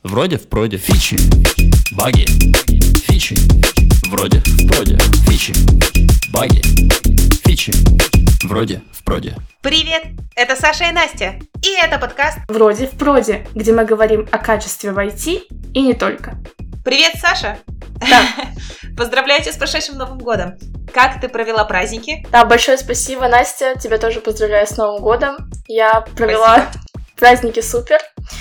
Вроде в проде. Фичи, баги, фичи. Вроде в проде. Фичи, баги, фичи. Вроде в проде. Привет, это Саша и Настя, и это подкаст «Вроде в проде», где мы говорим о качестве в IT и не только. Привет, Саша! Да. Поздравляю тебя с прошедшим Новым годом! Как ты провела праздники? Да, большое спасибо, Настя, тебя тоже поздравляю с Новым годом. Я провела праздники супер.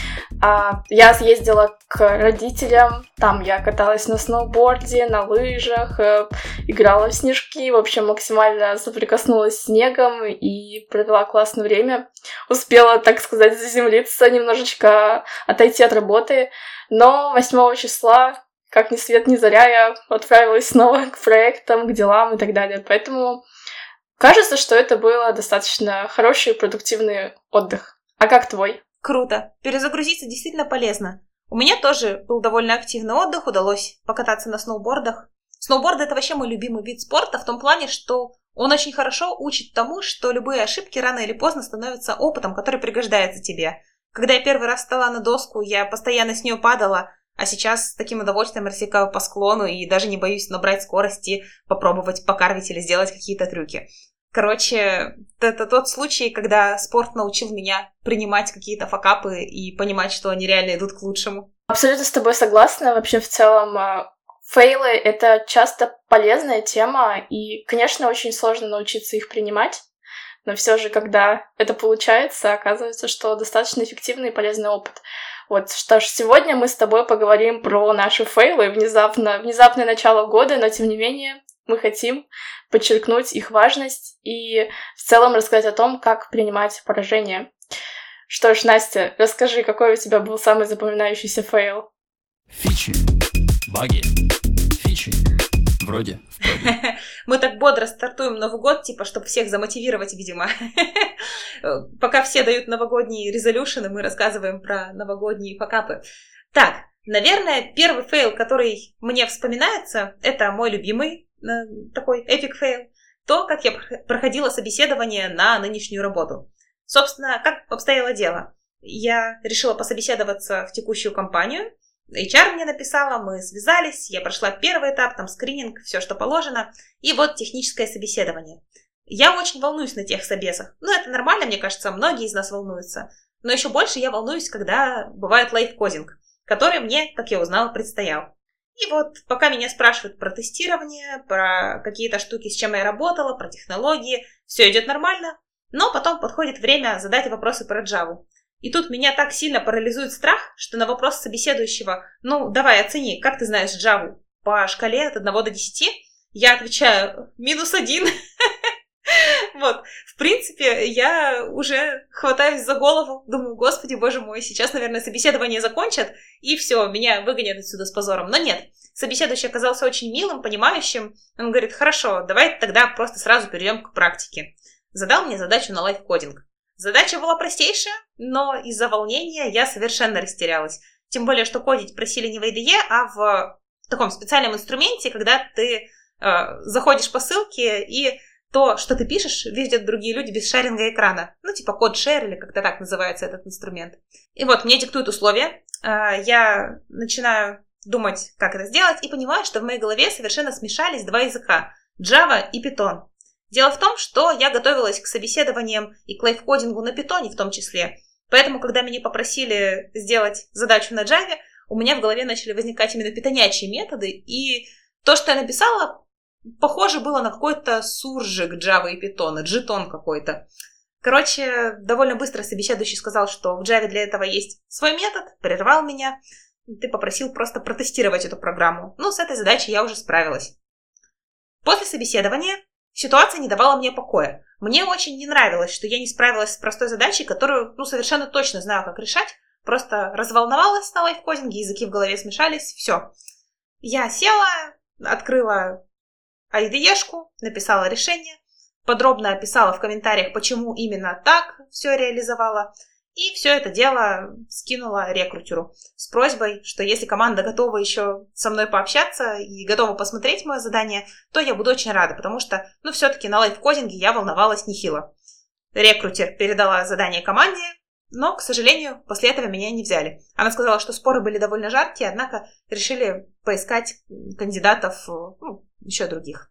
Я съездила к родителям, там я каталась на сноуборде, на лыжах, играла в снежки, в общем, максимально соприкоснулась с снегом и провела классное время. Успела, так сказать, заземлиться, немножечко отойти от работы, но 8 числа, как ни свет ни заря, я отправилась снова к проектам, к делам и так далее. Поэтому кажется, что это был достаточно хороший и продуктивный отдых. А как твой? Круто. Перезагрузиться действительно полезно. У меня тоже был довольно активный отдых, удалось покататься на сноубордах. Сноуборд — это вообще мой любимый вид спорта в том плане, что он очень хорошо учит тому, что любые ошибки рано или поздно становятся опытом, который пригождается тебе. Когда я первый раз встала на доску, я постоянно с нее падала, а сейчас с таким удовольствием рассекаю по склону и даже не боюсь набрать скорости, попробовать покарвить или сделать какие-то трюки. Короче, это тот случай, когда спорт научил меня принимать какие-то факапы и понимать, что они реально идут к лучшему. Абсолютно с тобой согласна. Вообще, в целом, фейлы — это часто полезная тема, и, конечно, очень сложно научиться их принимать, но все же, когда это получается, оказывается, что достаточно эффективный и полезный опыт. Вот, что ж, сегодня мы с тобой поговорим про наши фейлы, внезапное начало года, но, тем не менее, мы хотим подчеркнуть их важность и в целом рассказать о том, как принимать поражение. Что ж, Настя, расскажи, какой у тебя был самый запоминающийся фейл? Фичи, баги, фичи. Вроде в проде. Мы так бодро стартуем Новый год, типа, чтобы всех замотивировать, видимо. Пока все дают новогодние резолюшены, мы рассказываем про новогодние факапы. Так, наверное, первый фейл, который мне вспоминается, это мой любимый такой эпик фейл. То, как я проходила собеседование на нынешнюю работу. Собственно, как обстояло дело? Я решила пособеседоваться в текущую компанию. HR мне написала, мы связались, я прошла первый этап, там скрининг, все, что положено. И вот техническое собеседование. Я очень волнуюсь на тех собесах. Ну, это нормально, мне кажется, многие из нас волнуются. Но еще больше я волнуюсь, когда бывает лайфкодинг, который мне, как я узнала, предстоял. И вот пока меня спрашивают про тестирование, про какие-то штуки, с чем я работала, про технологии, все идет нормально, но потом подходит время задать вопросы про Java. И тут меня так сильно парализует страх, что на вопрос собеседующего, ну, давай оцени, как ты знаешь Java по шкале от 1 до 10, я отвечаю -1. Вот, в принципе, я уже хватаюсь за голову, думаю, господи, боже мой, сейчас, наверное, собеседование закончат, и все, меня выгонят отсюда с позором. Но нет, собеседующий оказался очень милым, понимающим. Он говорит, хорошо, давай тогда просто сразу перейдем к практике. Задал мне задачу на лайфкодинг. Задача была простейшая, но из-за волнения я совершенно растерялась. Тем более, что кодить просили не в IDE, а в таком специальном инструменте, когда ты заходишь по ссылке и то, что ты пишешь, видят другие люди без шеринга экрана. Ну, типа код-шер или как-то так называется этот инструмент. И вот мне диктуют условия. Я начинаю думать, как это сделать, и понимаю, что в моей голове совершенно смешались два языка. Java и Python. Дело в том, что я готовилась к собеседованиям и к лайфкодингу на Python в том числе. Поэтому, когда меня попросили сделать задачу на Java, у меня в голове начали возникать именно питонячие методы. И то, что я написала, похоже было на какой-то суржик Java и Python, джитон какой-то. Короче, довольно быстро собеседующий сказал, что в Java для этого есть свой метод, прервал меня. Ты попросил просто протестировать эту программу. Ну, с этой задачей я уже справилась. После собеседования ситуация не давала мне покоя. Мне очень не нравилось, что я не справилась с простой задачей, которую, совершенно точно знаю, как решать. Просто разволновалась на лайфкодинге, языки в голове смешались, все. Я села, открыла IDE-шку, написала решение, подробно описала в комментариях, почему именно так все реализовала, и все это дело скинула рекрутеру с просьбой, что если команда готова еще со мной пообщаться и готова посмотреть мое задание, то я буду очень рада, потому что, все-таки на лайфкодинге я волновалась нехило. Рекрутер передала задание команде, но, к сожалению, после этого меня не взяли. Она сказала, что споры были довольно жаркие, однако решили поискать кандидатов, еще других.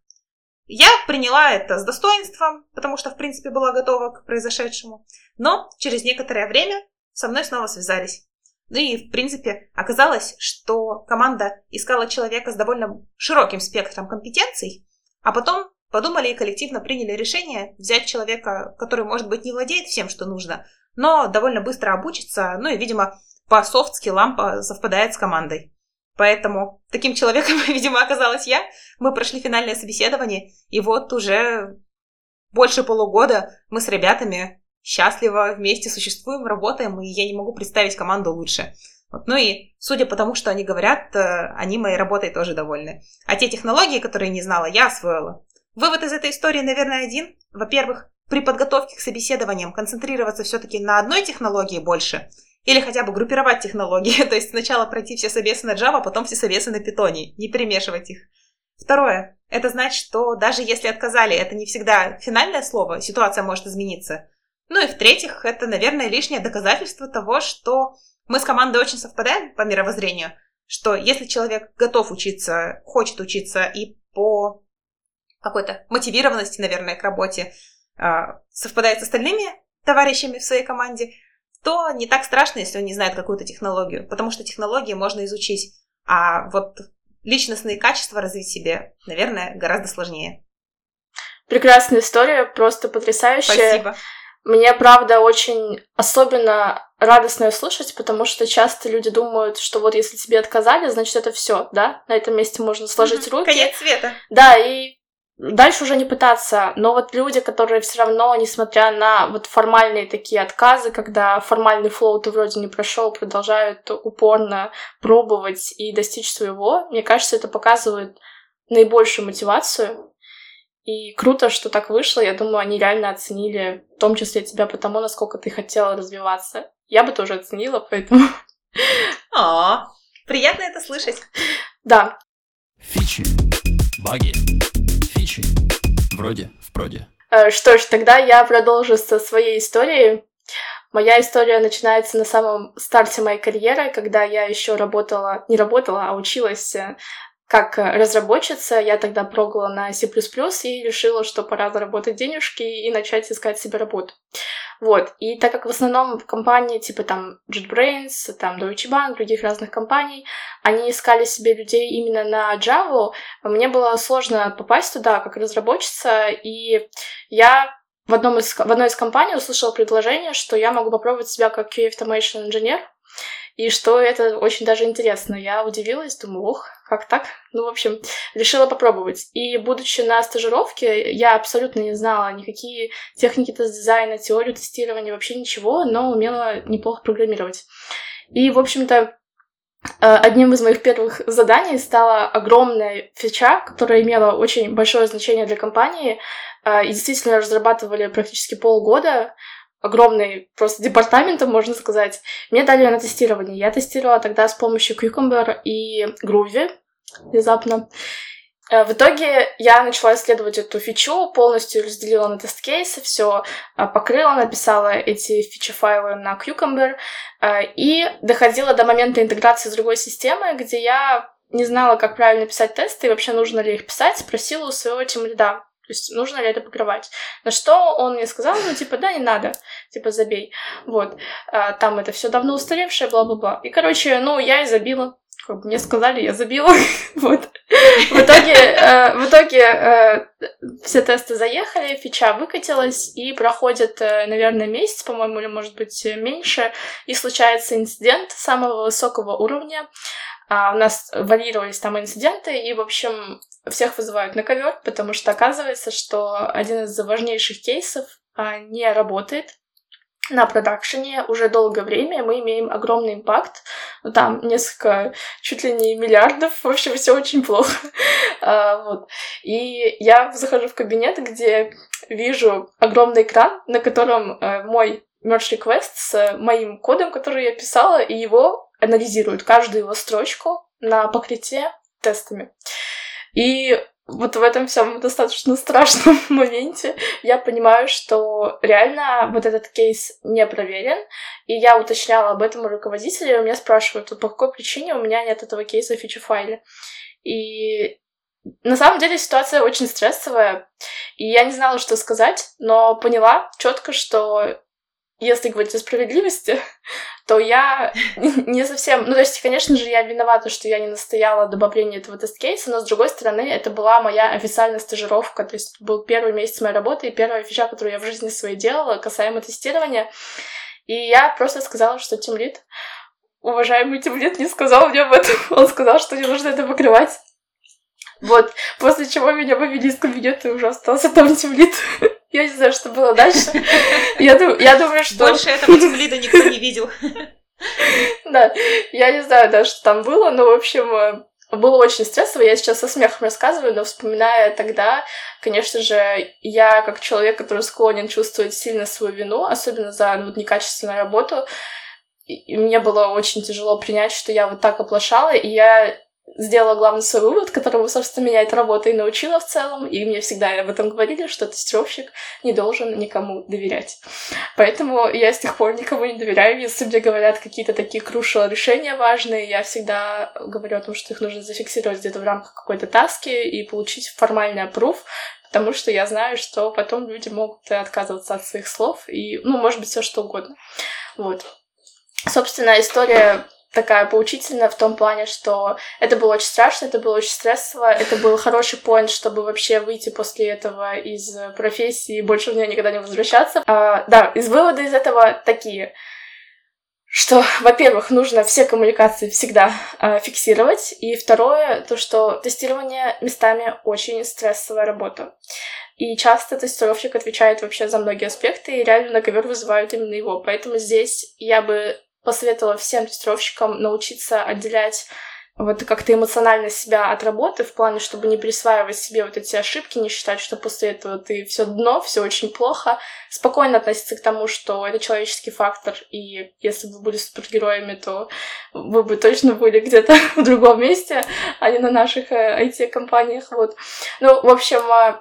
Я приняла это с достоинством, потому что, в принципе, была готова к произошедшему. Но через некоторое время со мной снова связались. Ну и, в принципе, оказалось, что команда искала человека с довольно широким спектром компетенций, а потом подумали и коллективно приняли решение взять человека, который, может быть, не владеет всем, что нужно, но довольно быстро обучится, ну и, видимо, по софт-скиллам совпадает с командой. Поэтому таким человеком, видимо, оказалась я. Мы прошли финальное собеседование, и вот уже больше полугода мы с ребятами счастливо вместе существуем, работаем, и я не могу представить команду лучше. Вот. Ну и судя по тому, что они говорят, они моей работой тоже довольны. А те технологии, которые не знала, я освоила. Вывод из этой истории, наверное, один. Во-первых, при подготовке к собеседованиям концентрироваться все-таки на одной технологии больше, или хотя бы группировать технологии, то есть сначала пройти все собесы на Java, потом все собесы на Python, не перемешивать их. Второе, это значит, что даже если отказали, это не всегда финальное слово, ситуация может измениться. Ну и в-третьих, это, наверное, лишнее доказательство того, что мы с командой очень совпадаем по мировоззрению, что если человек готов учиться, хочет учиться и по какой-то мотивированности, наверное, к работе совпадает с остальными товарищами в своей команде, то не так страшно, если он не знает какую-то технологию, потому что технологии можно изучить, а вот личностные качества развить себе, наверное, гораздо сложнее. Прекрасная история, просто потрясающая. Спасибо. Мне, правда, очень особенно радостно ее слушать, потому что часто люди думают, что вот если тебе отказали, значит, это все, да? На этом месте можно сложить руки. Конец света. Да, и дальше уже не пытаться. Но вот люди, которые все равно, несмотря на вот формальные такие отказы, когда формальный флоу ты вроде не прошел, продолжают упорно пробовать и достичь своего, мне кажется, это показывает наибольшую мотивацию. И круто, что так вышло. Я думаю, они реально оценили, в том числе тебя, потому, насколько ты хотела развиваться. Я бы тоже оценила, поэтому... Приятно это слышать. Да. Фичи, баги, фичи, вроде в проде. Что ж, тогда я продолжу со своей историей. Моя история начинается на самом старте моей карьеры, когда я еще училась как разработчица. Я тогда прогала на C++ и решила, что пора заработать денежки и начать искать себе работу. Вот. И так как в основном компании типа там JetBrains, там Deutsche Bank, других разных компаний, они искали себе людей именно на Java, мне было сложно попасть туда как разработчица, и я в одной из компаний услышала предложение, что я могу попробовать себя как QA Automation инженер, и что это очень даже интересно. Я удивилась, думаю, как так? Ну, в общем, решила попробовать. И, будучи на стажировке, я абсолютно не знала никакие техники тест-дизайна, теорию тестирования, вообще ничего, но умела неплохо программировать. И, в общем-то, одним из моих первых заданий стала огромная фича, которая имела очень большое значение для компании, и действительно разрабатывали практически полгода, огромный просто департаментом, можно сказать. Мне дали на тестирование. Я тестировала тогда с помощью Cucumber и Groovy внезапно. В итоге я начала исследовать эту фичу, полностью разделила на тест-кейсы, все покрыла, написала эти фичи-файлы на Cucumber и доходила до момента интеграции с другой системой, где я не знала, как правильно писать тесты и вообще нужно ли их писать, спросила у своего тимлида. То есть нужно ли это покрывать. На что он мне сказал, да, не надо, забей. Вот. Там это все давно устаревшее, бла-бла-бла. И, я и забила. Как мне сказали, я забила. Вот. В итоге все тесты заехали, фича выкатилась, и проходит, наверное, месяц, по-моему, или, может быть, меньше, и случается инцидент самого высокого уровня. У нас варьировались там инциденты, и, в общем, всех вызывают на ковер, потому что оказывается, что один из важнейших кейсов не работает на продакшене уже долгое время, мы имеем огромный импакт, там несколько, чуть ли не миллиардов, в общем, все очень плохо. Вот. И я захожу в кабинет, где вижу огромный экран, на котором мой merge request с моим кодом, который я писала, и его анализируют, каждую его строчку на покрытие тестами. И вот в этом всем достаточно страшном моменте я понимаю, что реально вот этот кейс не проверен, и я уточняла об этом у руководителя, и у меня спрашивают, по какой причине у меня нет этого кейса в фичи-файле. И на самом деле ситуация очень стрессовая, и я не знала, что сказать, но поняла четко, что если говорить о справедливости, то я не совсем... Ну, то есть, конечно же, я виновата, что я не настояла добавления этого тест-кейса, но, с другой стороны, это была моя официальная стажировка, то есть был первый месяц моей работы и первая фича, которую я в жизни своей делала, касаемо тестирования. И я просто сказала, что тимлид, уважаемый тимлид, не сказал мне об этом. Он сказал, что не нужно это покрывать. Вот, после чего меня вывели из кабинета, и уже остался там тимлид. Я не знаю, что было дальше. Я думаю, что... Больше этого тимлида никто не видел. Да, я не знаю даже, что там было, но, в общем, было очень стрессово. Я сейчас со смехом рассказываю, но вспоминая тогда, конечно же, я как человек, который склонен чувствовать сильно свою вину, особенно за некачественную работу, и мне было очень тяжело принять, что я вот так оплошала, и я сделала главный свой вывод, которому, собственно, меня эта работа и научила в целом, и мне всегда об этом говорили, что тестировщик не должен никому доверять. Поэтому я с тех пор никому не доверяю. Если мне говорят какие-то такие crucial решения важные, я всегда говорю о том, что их нужно зафиксировать где-то в рамках какой-то таски и получить формальный approve, потому что я знаю, что потом люди могут отказываться от своих слов, и, может быть, все что угодно. Вот. Собственно, история такая поучительная в том плане, что это было очень страшно, это было очень стрессово, это был хороший поинт, чтобы вообще выйти после этого из профессии и больше в нее никогда не возвращаться. Из вывода из этого такие, что, во-первых, нужно все коммуникации всегда фиксировать, и второе, то, что тестирование местами очень стрессовая работа. И часто тестировщик отвечает вообще за многие аспекты, и реально на ковер вызывают именно его. Поэтому здесь я бы посоветовала всем тестировщикам научиться отделять вот как-то эмоционально себя от работы, в плане, чтобы не присваивать себе вот эти ошибки, не считать, что после этого ты все дно, все очень плохо, спокойно относиться к тому, что это человеческий фактор, и если бы вы были супергероями, то вы бы точно были где-то в другом месте, а не на наших IT-компаниях, вот. В общем,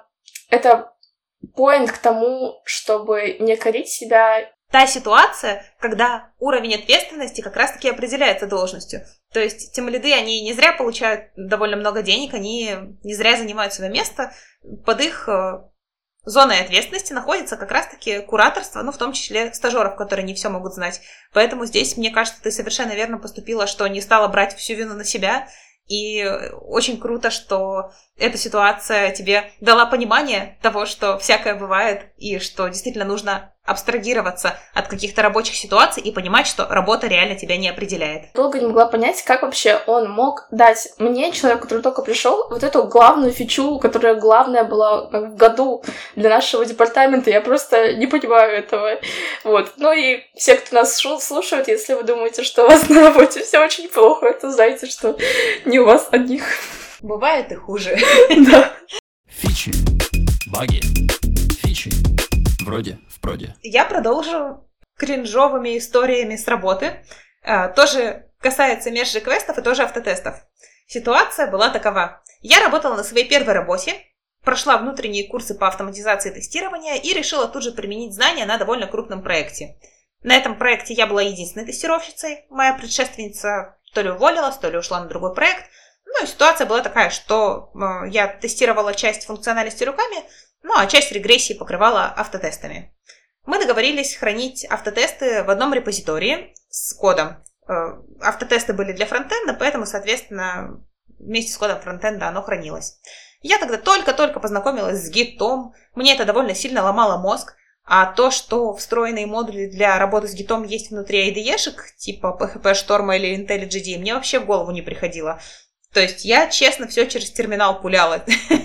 это поинт к тому, чтобы не корить себя. Та ситуация, когда уровень ответственности как раз-таки определяется должностью. То есть тимлиды, они не зря получают довольно много денег, они не зря занимают свое место. Под их зоной ответственности находится как раз-таки кураторство, в том числе стажеров, которые не все могут знать. Поэтому здесь, мне кажется, ты совершенно верно поступила, что не стала брать всю вину на себя. И очень круто, что эта ситуация тебе дала понимание того, что всякое бывает, и что действительно нужно абстрагироваться от каких-то рабочих ситуаций и понимать, что работа реально тебя не определяет. Долго не могла понять, как вообще он мог дать мне, человеку, который только пришел, вот эту главную фичу, которая главная была в году для нашего департамента. Я просто не понимаю этого. Вот. И все, кто нас слушают, если вы думаете, что у вас на работе все очень плохо, то знайте, что не у вас одних. Бывает и хуже. Да. Фичи, баги, фичи, вроде в проде. Я продолжу кринжовыми историями с работы. Тоже касается меж-реквестов и тоже автотестов. Ситуация была такова. Я работала на своей первой работе, прошла внутренние курсы по автоматизации тестирования и решила тут же применить знания на довольно крупном проекте. На этом проекте я была единственной тестировщицей. Моя предшественница то ли уволилась, то ли ушла на другой проект. И ситуация была такая, что я тестировала часть функциональности руками, а часть регрессии покрывала автотестами. Мы договорились хранить автотесты в одном репозитории с кодом. Автотесты были для фронтенда, поэтому, соответственно, вместе с кодом фронтенда оно хранилось. Я тогда только-только познакомилась с гитом, мне это довольно сильно ломало мозг, а то, что встроенные модули для работы с гитом есть внутри IDE-шек, типа PHP Storm или IntelliJ, мне вообще в голову не приходило. То есть я, честно, все через терминал пуляла.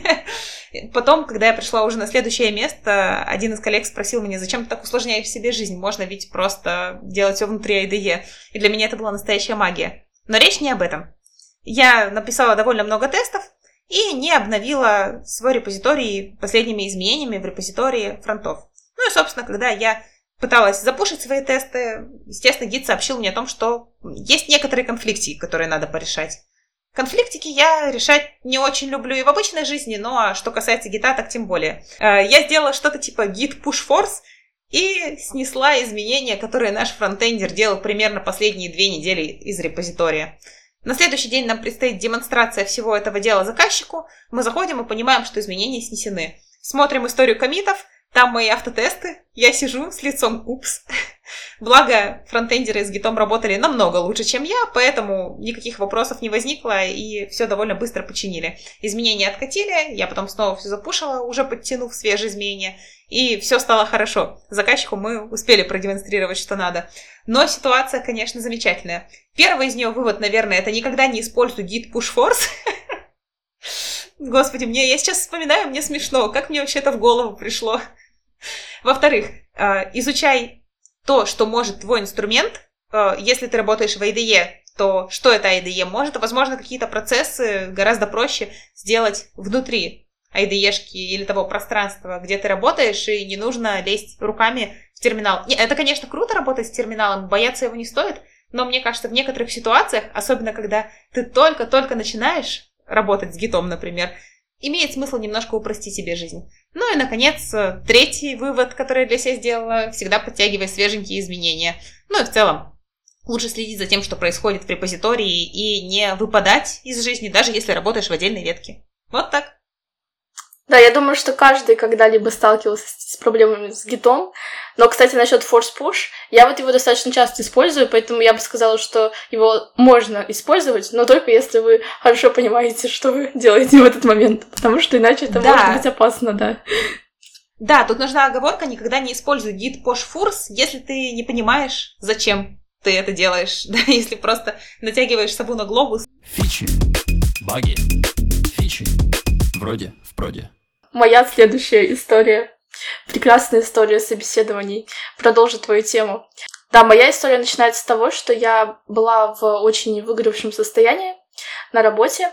Потом, когда я пришла уже на следующее место, один из коллег спросил меня, зачем ты так усложняешь себе жизнь? Можно ведь просто делать все внутри IDE. И для меня это была настоящая магия. Но речь не об этом. Я написала довольно много тестов и не обновила свой репозиторий последними изменениями в репозитории фронтов. И, собственно, когда я пыталась запушить свои тесты, естественно, гид сообщил мне о том, что есть некоторые конфликты, которые надо порешать. Конфликтики я решать не очень люблю и в обычной жизни, но что касается гита, так тем более. Я сделала что-то типа git push force и снесла изменения, которые наш фронтендер делал примерно последние 2 недели из репозитория. На следующий день нам предстоит демонстрация всего этого дела заказчику. Мы заходим и понимаем, что изменения снесены. Смотрим историю коммитов, там мои автотесты, я сижу с лицом «упс». Благо, фронтендеры с гитом работали намного лучше, чем я, поэтому никаких вопросов не возникло, и все довольно быстро починили. Изменения откатили, я потом снова все запушила, уже подтянув свежие изменения, и все стало хорошо. Заказчику мы успели продемонстрировать, что надо. Но ситуация, конечно, замечательная. Первый из нее вывод, наверное, это никогда не используй git push force. Господи, я сейчас вспоминаю, мне смешно, как мне вообще это в голову пришло. Во-вторых, изучай то, что может твой инструмент. Если ты работаешь в IDE, то что это IDE может? Возможно, какие-то процессы гораздо проще сделать внутри IDE-шки или того пространства, где ты работаешь, и не нужно лезть руками в терминал. Это, конечно, круто работать с терминалом, бояться его не стоит, но мне кажется, в некоторых ситуациях, особенно когда ты только-только начинаешь работать с гитом, например, имеет смысл немножко упростить себе жизнь. Ну и, наконец, третий вывод, который я для себя сделала, всегда подтягивай свеженькие изменения. Ну и в целом, лучше следить за тем, что происходит в репозитории, и не выпадать из жизни, даже если работаешь в отдельной ветке. Вот так. Да, я думаю, что каждый когда-либо сталкивался с проблемами с гитом. Но, кстати, насчет force push, я вот его достаточно часто использую, поэтому я бы сказала, что его можно использовать, но только если вы хорошо понимаете, что вы делаете в этот момент, потому что иначе это может быть опасно, да. Да, тут нужна оговорка: никогда не используй git push force, если ты не понимаешь, зачем ты это делаешь, да, если просто натягиваешь сову на глобус. Фичи, баги, фичи, вроде в проде. Моя следующая история, прекрасная история собеседований, продолжит твою тему. Да, моя история начинается с того, что я была в очень выгоревшем состоянии на работе,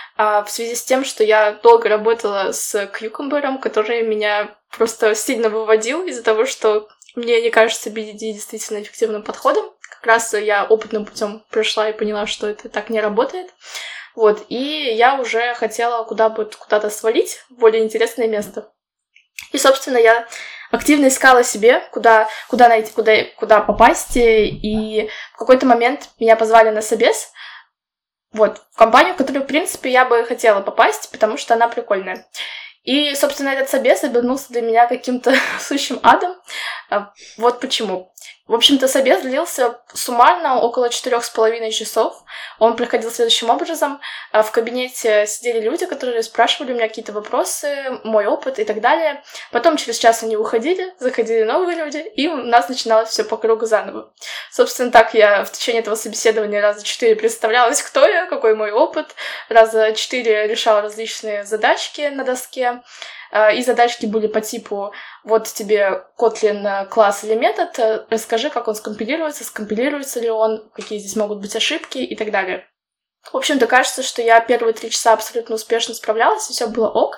в связи с тем, что я долго работала с кьюкумбером, который меня просто сильно выводил из-за того, что мне не кажется BDD действительно эффективным подходом. Как раз я опытным путем прошла и поняла, что это так не работает. Вот, и я уже хотела куда-то свалить в более интересное место. И, собственно, я активно искала себе, куда найти, куда попасть, и в какой-то момент меня позвали на собес, вот, в компанию, в которую, в принципе, я бы хотела попасть, потому что она прикольная. И, собственно, этот собес обернулся для меня каким-то сущим адом. Вот почему. В общем-то, собес длился суммарно около 4,5 часов. Он проходил следующим образом. В кабинете сидели люди, которые спрашивали у меня какие-то вопросы, мой опыт и так далее. Потом через час они уходили, заходили новые люди, и у нас начиналось все по кругу заново. Собственно, так я в течение этого собеседования раза 4 представлялась, кто я, какой мой опыт. Раза 4 решала различные задачки на доске. И задачки были по типу: вот тебе Kotlin класс или метод, расскажи, как он скомпилируется ли он, какие здесь могут быть ошибки и так далее. В общем-то, кажется, что я первые 3 часа абсолютно успешно справлялась, и все было ок.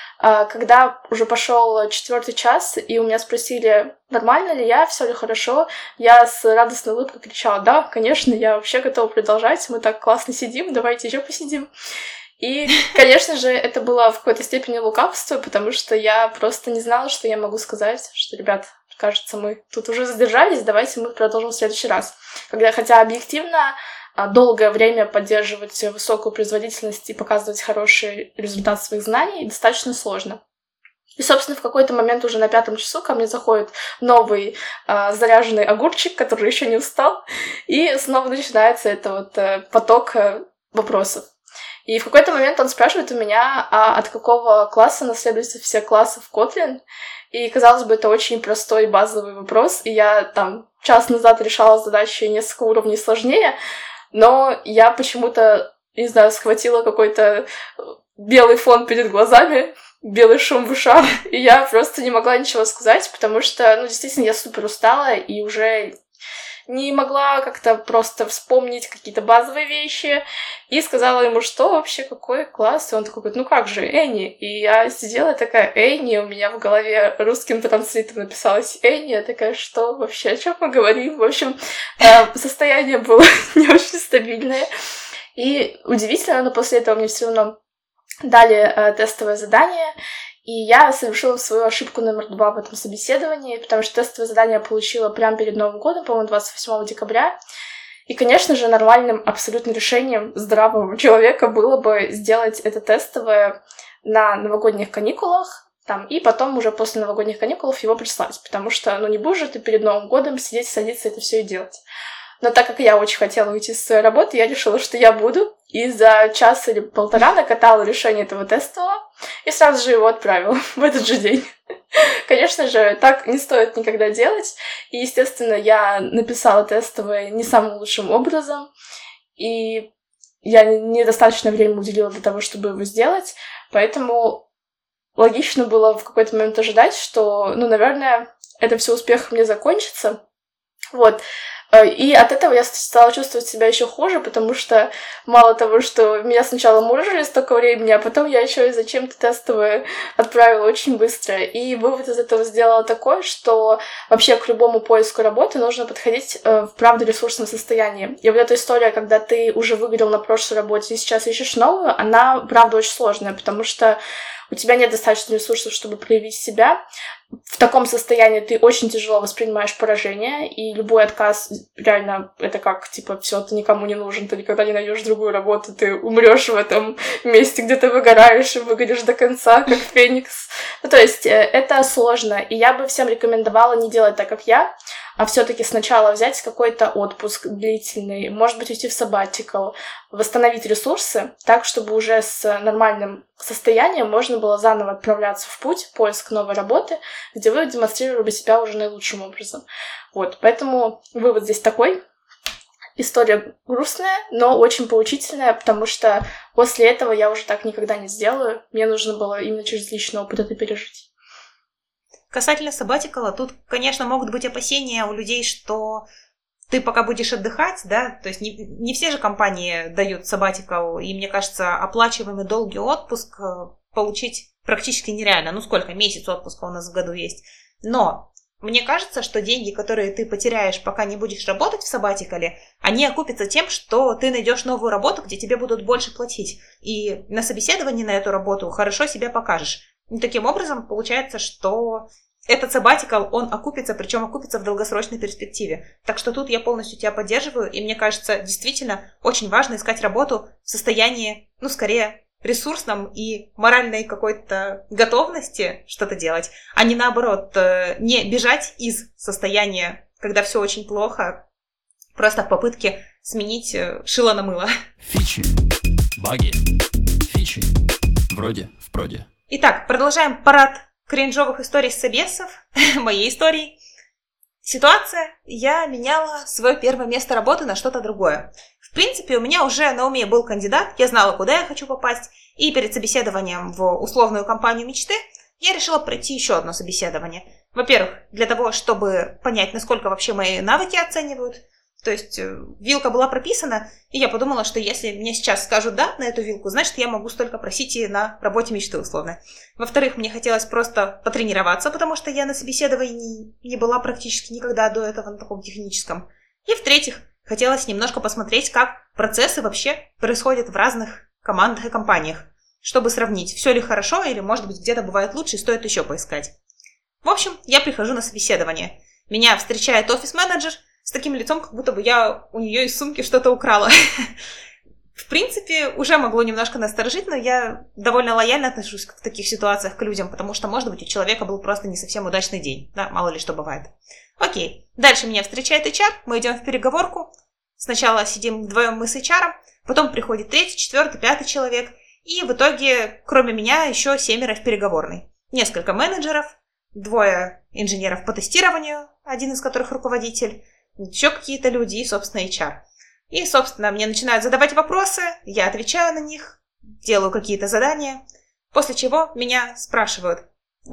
Когда уже пошел 4-й час, и у меня спросили, нормально ли я, все ли хорошо, я с радостной улыбкой кричала: да, конечно, я вообще готова продолжать, мы так классно сидим, давайте еще посидим. И, конечно же, это было в какой-то степени лукавство, потому что я просто не знала, что я могу сказать, что, ребят, кажется, мы тут уже задержались, давайте мы продолжим в следующий раз. Хотя объективно долгое время поддерживать высокую производительность и показывать хороший результат своих знаний достаточно сложно. И, собственно, в какой-то момент уже на 5-м часу ко мне заходит новый заряженный огурчик, который еще не устал, и снова начинается поток вопросов. И в какой-то момент он спрашивает у меня, от какого класса наследуются все классы в Kotlin. И, казалось бы, это очень простой базовый вопрос. И я час назад решала задачи несколько уровней сложнее, но я почему-то, не знаю, схватила какой-то белый фон перед глазами, белый шум в ушах, и я просто не могла ничего сказать, потому что, действительно, я супер устала и уже не могла как-то просто вспомнить какие-то базовые вещи, и сказала ему, что вообще, какой класс, и он такой говорит: как же, Энни? И я сидела такая: Энни, у меня в голове русским транслитером написалась Энни, я такая: что вообще, о чем мы говорим? В общем, состояние было не очень стабильное. И удивительно, но после этого мне все равно дали тестовое задание, и я совершила свою ошибку номер 2 в этом собеседовании, потому что тестовое задание я получила прямо перед Новым годом, по-моему, 28 декабря. И, конечно же, нормальным абсолютно решением здравого человека было бы сделать это тестовое на новогодних каникулах, и потом уже после новогодних каникул его прислать, потому что, не будешь же ты перед Новым годом садиться это все и делать. Но так как я очень хотела уйти с своей работы, я решила, что я буду, и за час или полтора накатала решение этого тестового и сразу же его отправила в этот же день. Конечно же, так не стоит никогда делать, и, естественно, я написала тестовое не самым лучшим образом, и я недостаточно времени уделила для того, чтобы его сделать, поэтому логично было в какой-то момент ожидать, что, наверное, это все успехом не закончится. И от этого я стала чувствовать себя еще хуже, потому что мало того, что меня сначала мурыжили столько времени, а потом я еще и зачем-то тестовое отправила очень быстро. И вывод из этого сделала такой, что вообще к любому поиску работы нужно подходить в правда ресурсном состоянии. И вот эта история, когда ты уже выгорел на прошлой работе и сейчас ищешь новую, она, правда, очень сложная, потому что у тебя нет достаточно ресурсов, чтобы проявить себя. В таком состоянии ты очень тяжело воспринимаешь поражение, и любой отказ реально это как, все, ты никому не нужен, ты никогда не найдешь другую работу, ты умрешь в этом месте, где ты выгораешь и выгоришь до конца, как феникс. То есть это сложно, и я бы всем рекомендовала не делать так, как я, а все-таки сначала взять какой-то отпуск длительный, может быть, уйти в sabbatical, восстановить ресурсы так, чтобы уже с нормальным состоянием можно было заново отправляться в путь, поиск новой работы, где вы демонстрировали себя уже наилучшим образом. Поэтому вывод здесь такой. История грустная, но очень поучительная, потому что после этого я уже так никогда не сделаю. Мне нужно было именно через личный опыт это пережить. Касательно сабатикала, тут, конечно, могут быть опасения у людей, что ты пока будешь отдыхать, да, то есть не все же компании дают сабатикал, и, мне кажется, оплачиваемый долгий отпуск получить практически нереально. Сколько? Месяц отпуска у нас в году есть. Но мне кажется, что деньги, которые ты потеряешь, пока не будешь работать в сабатикале, они окупятся тем, что ты найдешь новую работу, где тебе будут больше платить. И на собеседовании на эту работу хорошо себя покажешь. И таким образом, получается, что этот сабатикал, он окупится, причем окупится в долгосрочной перспективе. Так что тут я полностью тебя поддерживаю, и мне кажется, действительно очень важно искать работу в состоянии, скорее, ресурсном и моральной какой-то готовности что-то делать, а не наоборот, не бежать из состояния, когда все очень плохо, просто в попытке сменить шило на мыло. Фичи, баги, фичи, вроде в проде. Итак, продолжаем парад кринжовых историй с собесов, моей истории. Ситуация, я меняла свое первое место работы на что-то другое. В принципе, у меня уже на уме был кандидат, я знала, куда я хочу попасть, и перед собеседованием в условную компанию мечты я решила пройти еще одно собеседование. Во-первых, для того, чтобы понять, насколько вообще мои навыки оценивают. То есть вилка была прописана, и я подумала, что если мне сейчас скажут «да» на эту вилку, значит, я могу столько просить и на работе мечты условно. Во-вторых, мне хотелось просто потренироваться, потому что я на собеседовании не была практически никогда до этого на таком техническом. И в-третьих, хотелось немножко посмотреть, как процессы вообще происходят в разных командах и компаниях, чтобы сравнить, все ли хорошо или, может быть, где-то бывает лучше и стоит еще поискать. В общем, я прихожу на собеседование. Меня встречает офис-менеджер с таким лицом, как будто бы я у нее из сумки что-то украла. В принципе, уже могло немножко насторожить, но я довольно лояльно отношусь в таких ситуациях к людям, потому что, может быть, у человека был просто не совсем удачный день. Да, мало ли что бывает. Окей. Дальше меня встречает HR, мы идем в переговорку. Сначала сидим вдвоем мы с HR, потом приходит 3-й, 4-й, 5-й человек, и в итоге, кроме меня, еще 7 в переговорной. Несколько менеджеров, 2 инженеров по тестированию, один из которых руководитель, еще какие-то люди и, собственно, HR. И, собственно, мне начинают задавать вопросы, я отвечаю на них, делаю какие-то задания, после чего меня спрашивают,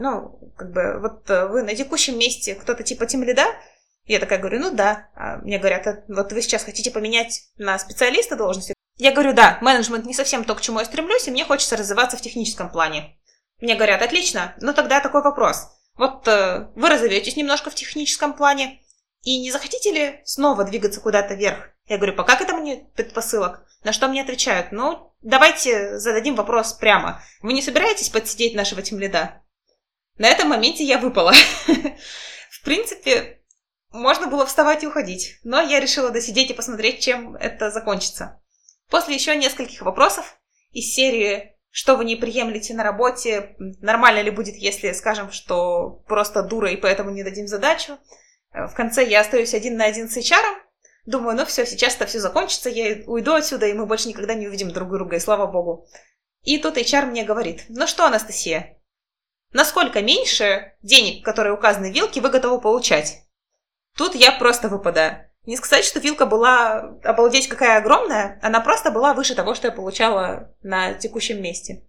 вы на текущем месте кто-то типа тимлида? Я такая говорю, да. А мне говорят, вот вы сейчас хотите поменять на специалиста должности? Я говорю, да, менеджмент не совсем то, к чему я стремлюсь, и мне хочется развиваться в техническом плане. Мне говорят, отлично, тогда такой вопрос. Вы разовьетесь немножко в техническом плане, и не захотите ли снова двигаться куда-то вверх? Я говорю, пока к этому нет предпосылок. На что мне отвечают: ну, давайте зададим вопрос прямо. Вы не собираетесь подсидеть нашего тимлида? На этом моменте я выпала. В принципе, можно было вставать и уходить, но я решила досидеть и посмотреть, чем это закончится. После еще нескольких вопросов из серии «Что вы не приемлете на работе?», «Нормально ли будет, если скажем, что просто дура и поэтому не дадим задачу?», в конце я остаюсь 1 на 1 с HR. Думаю, ну все, сейчас-то все закончится, я уйду отсюда, и мы больше никогда не увидим друг друга, и слава богу. И тут HR мне говорит: ну что, Анастасия, насколько меньше денег, которые указаны в вилке, вы готовы получать? Тут я просто выпадаю. Не сказать, что вилка была, обалдеть, какая огромная, она просто была выше того, что я получала на текущем месте.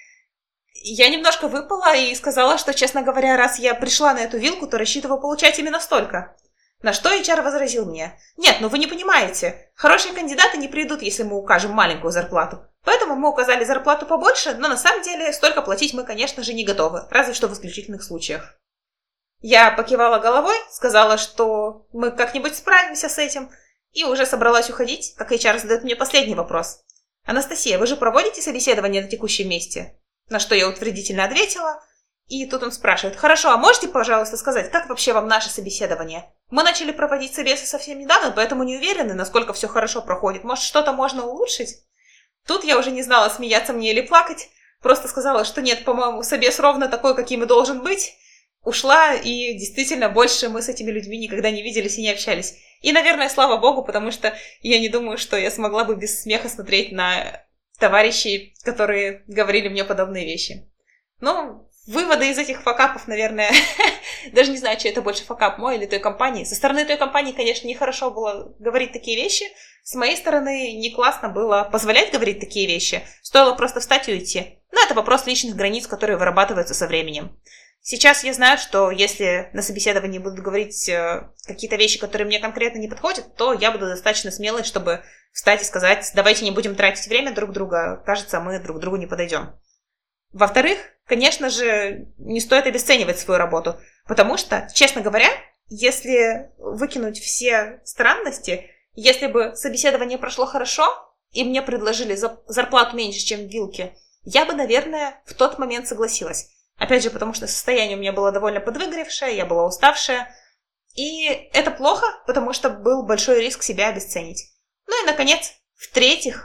Я немножко выпала и сказала, что, честно говоря, раз я пришла на эту вилку, то рассчитывала получать именно столько. На что HR возразил мне: нет, ну вы не понимаете, хорошие кандидаты не придут, если мы укажем маленькую зарплату. Поэтому мы указали зарплату побольше, но на самом деле столько платить мы, конечно же, не готовы, разве что в исключительных случаях. Я покивала головой, сказала, что мы как-нибудь справимся с этим, и уже собралась уходить, как HR задает мне последний вопрос: Анастасия, вы же проводите собеседование на текущем месте? На что я утвердительно ответила. И тут он спрашивает: хорошо, а можете, пожалуйста, сказать, как вообще вам наше собеседование? Мы начали проводить собесы совсем недавно, поэтому не уверены, насколько все хорошо проходит. Может, что-то можно улучшить? Тут я уже не знала, смеяться мне или плакать. Просто сказала, что нет, по-моему, собес ровно такой, каким и должен быть. Ушла, и действительно больше мы с этими людьми никогда не виделись и не общались. И, наверное, слава богу, потому что я не думаю, что я смогла бы без смеха смотреть на товарищей, которые говорили мне подобные вещи. Ну, выводы из этих факапов, наверное, даже не знаю, чей это больше факап, мой или той компании. Со стороны той компании, конечно, нехорошо было говорить такие вещи. С моей стороны, не классно было позволять говорить такие вещи. Стоило просто встать и уйти. Но это вопрос личных границ, которые вырабатываются со временем. Сейчас я знаю, что если на собеседовании будут говорить какие-то вещи, которые мне конкретно не подходят, то я буду достаточно смелой, чтобы встать и сказать: давайте не будем тратить время друг друга, кажется, мы друг другу не подойдем. Во-вторых, конечно же, не стоит обесценивать свою работу, потому что, честно говоря, если выкинуть все странности, если бы собеседование прошло хорошо, и мне предложили зарплату меньше, чем в вилке, я бы, наверное, в тот момент согласилась. Опять же, потому что состояние у меня было довольно подвыгоревшее, я была уставшая. И это плохо, потому что был большой риск себя обесценить. Ну и, наконец, в-третьих,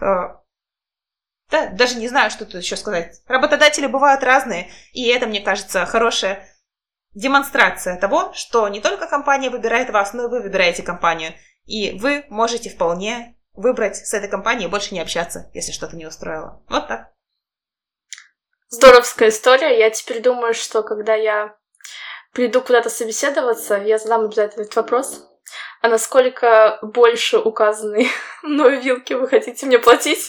да, даже не знаю, что тут еще сказать. Работодатели бывают разные, и это, мне кажется, хорошая демонстрация того, что не только компания выбирает вас, но и вы выбираете компанию. И вы можете вполне выбрать с этой компанией больше не общаться, если что-то не устроило. Вот так. Здоровская история. Я теперь думаю, что когда я приду куда-то собеседоваться, я задам обязательно этот вопрос. А насколько больше указанной мной вилки вы хотите мне платить?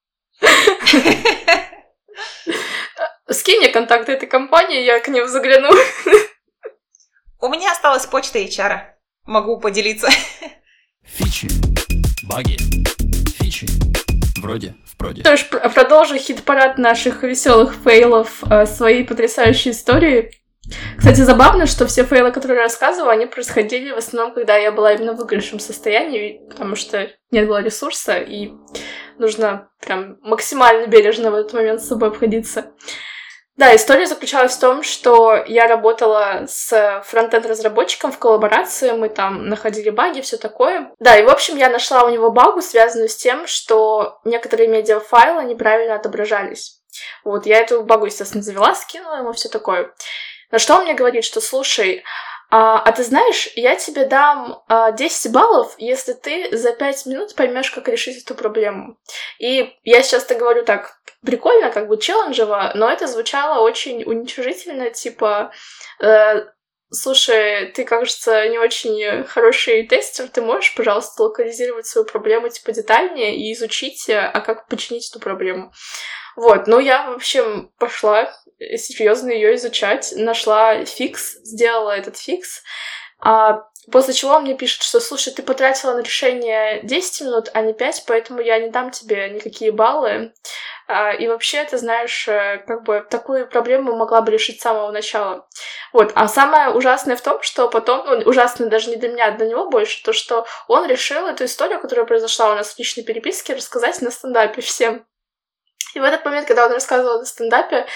Скинь мне контакты этой компании, я к ним загляну. У меня осталась почта HR. Могу поделиться. Фичи, баги, фичи, вроде в проде. Что ж, продолжу хит-парад наших веселых фейлов своей потрясающей истории. Кстати, забавно, что все фейлы, которые я рассказывала, они происходили в основном, когда я была именно в выигрышном состоянии, потому что не было ресурса, и нужно прям максимально бережно в этот момент с собой обходиться. Да, история заключалась в том, что я работала с фронтенд-разработчиком в коллаборации, мы там находили баги, все такое. Да, и в общем я нашла у него багу, связанную с тем, что некоторые медиафайлы неправильно отображались. Вот, я эту багу, естественно, завела, скинула ему, все такое. На что он мне говорит, что, слушай, а ты знаешь, я тебе дам 10 баллов, если ты за 5 минут поймешь, как решить эту проблему. И я сейчас-то говорю так, прикольно, как бы челленджево, но это звучало очень уничижительно, типа, слушай, ты, кажется, не очень хороший тестер, ты можешь, пожалуйста, локализировать свою проблему, типа, детальнее и изучить, а как починить эту проблему. Вот, ну я, в общем, пошла серьезно ее изучать, нашла фикс, сделала этот фикс, после чего он мне пишет, что, слушай, ты потратила на решение 10 минут, а не 5, поэтому я не дам тебе никакие баллы, и вообще, ты знаешь, как бы такую проблему могла бы решить с самого начала. Вот. А самое ужасное в том, что потом, ну, ужасное даже не для меня, а для него больше, то, что он решил эту историю, которая произошла у нас в личной переписке, рассказать на стендапе всем. И в этот момент, когда он рассказывал на стендапе,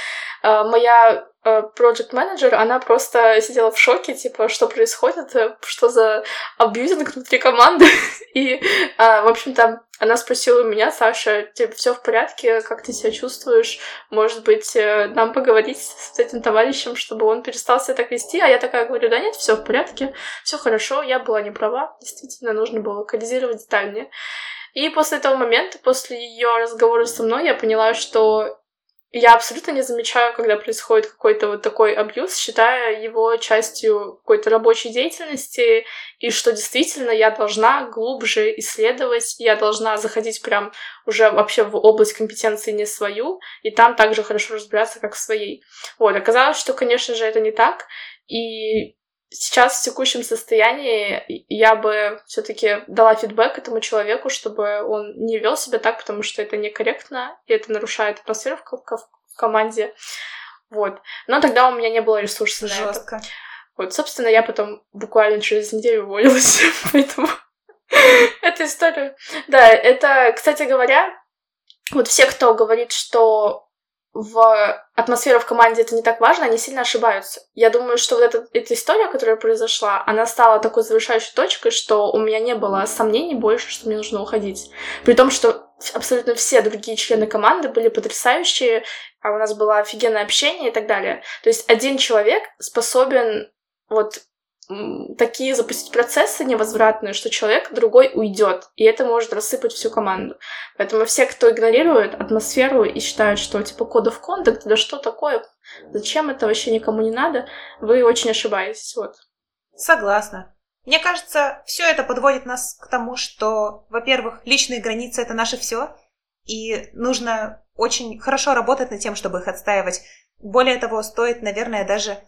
моя проект-менеджер, она просто сидела в шоке, типа, что происходит, что за абьюзинг внутри команды. И, в общем-то, она спросила у меня: Саша, тебе все в порядке, как ты себя чувствуешь? Может быть, нам поговорить с этим товарищем, чтобы он перестал себя так вести? А я такая говорю: да нет, все в порядке, все хорошо, я была не права, действительно, нужно было локализировать детальнее. И после этого момента, после ее разговора со мной, я поняла, что я абсолютно не замечаю, когда происходит какой-то вот такой абьюз, считая его частью какой-то рабочей деятельности, и что действительно я должна глубже исследовать, я должна заходить прям уже вообще в область компетенции не свою, и там также хорошо разбираться, как в своей. Вот, оказалось, что, конечно же, это не так, и сейчас в текущем состоянии я бы все-таки дала фидбэк этому человеку, чтобы он не вел себя так, потому что это некорректно, и это нарушает атмосферу в команде. Вот. Но тогда у меня не было ресурсов на это. Вот, собственно, я потом буквально через неделю уволилась, поэтому эта история. Да, это, кстати говоря, вот все, кто говорит, что атмосфера в команде это не так важно, они сильно ошибаются. Я думаю, что вот эта история, которая произошла, она стала такой завершающей точкой, что у меня не было сомнений больше, что мне нужно уходить. При том, что абсолютно все другие члены команды были потрясающие, а у нас было офигенное общение и так далее. То есть один человек способен вот такие запустить процессы невозвратные, что человек другой уйдет, и это может рассыпать всю команду. Поэтому все, кто игнорирует атмосферу и считают, что типа code of conduct, да что такое, зачем это вообще никому не надо, вы очень ошибаетесь, вот. Согласна. Мне кажется, все это подводит нас к тому, что, во-первых, личные границы — это наше все, и нужно очень хорошо работать над тем, чтобы их отстаивать. Более того, стоит, наверное, даже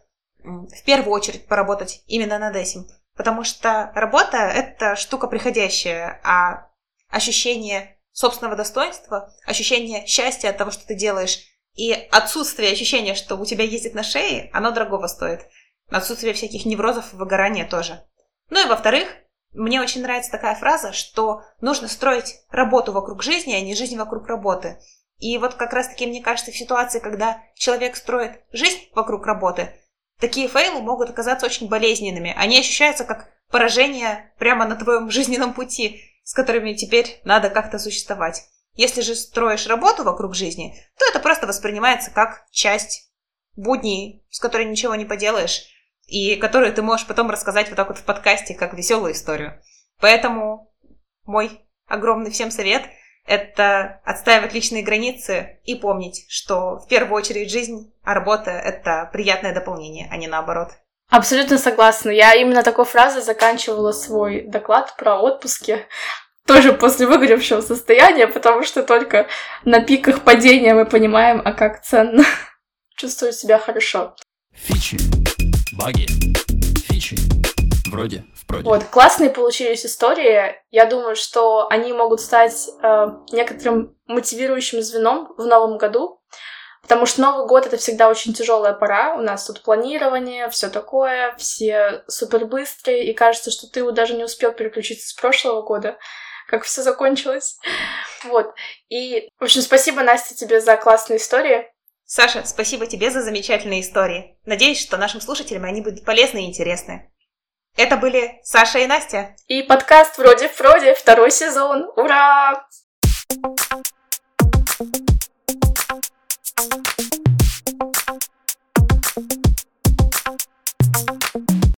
в первую очередь поработать именно над этим. Потому что работа — это штука приходящая, а ощущение собственного достоинства, ощущение счастья от того, что ты делаешь, и отсутствие ощущения, что у тебя ездит на шее, оно дорогого стоит. Отсутствие всяких неврозов и выгорания тоже. Ну и во-вторых, мне очень нравится такая фраза, что нужно строить работу вокруг жизни, а не жизнь вокруг работы. И вот как раз-таки, мне кажется, в ситуации, когда человек строит жизнь вокруг работы, такие фейлы могут оказаться очень болезненными. Они ощущаются как поражение прямо на твоем жизненном пути, с которыми теперь надо как-то существовать. Если же строишь работу вокруг жизни, то это просто воспринимается как часть будней, с которой ничего не поделаешь, и которую ты можешь потом рассказать вот так вот в подкасте, как веселую историю. Поэтому мой огромный всем совет — это отстаивать личные границы и помнить, что в первую очередь жизнь, а работа — это приятное дополнение, а не наоборот. Абсолютно согласна. Я именно такой фразой заканчивала свой доклад про отпуски, тоже после выгоревшего состояния, потому что только на пиках падения мы понимаем, а как ценно чувствовать себя хорошо. Фичи, баги, фичи, вроде впроде. Вот, классные получились истории. Я думаю, что они могут стать некоторым мотивирующим звеном в новом году, потому что Новый год — это всегда очень тяжелая пора. У нас тут планирование, все такое, все супер быстрые, и кажется, что ты даже не успел переключиться с прошлого года, как все закончилось. Вот. И, в общем, спасибо, Настя, тебе за классные истории. Саша, спасибо тебе за замечательные истории. Надеюсь, что нашим слушателям они будут полезны и интересны. Это были Саша и Настя. И подкаст «Вроде в проде», 2-й сезон. Ура!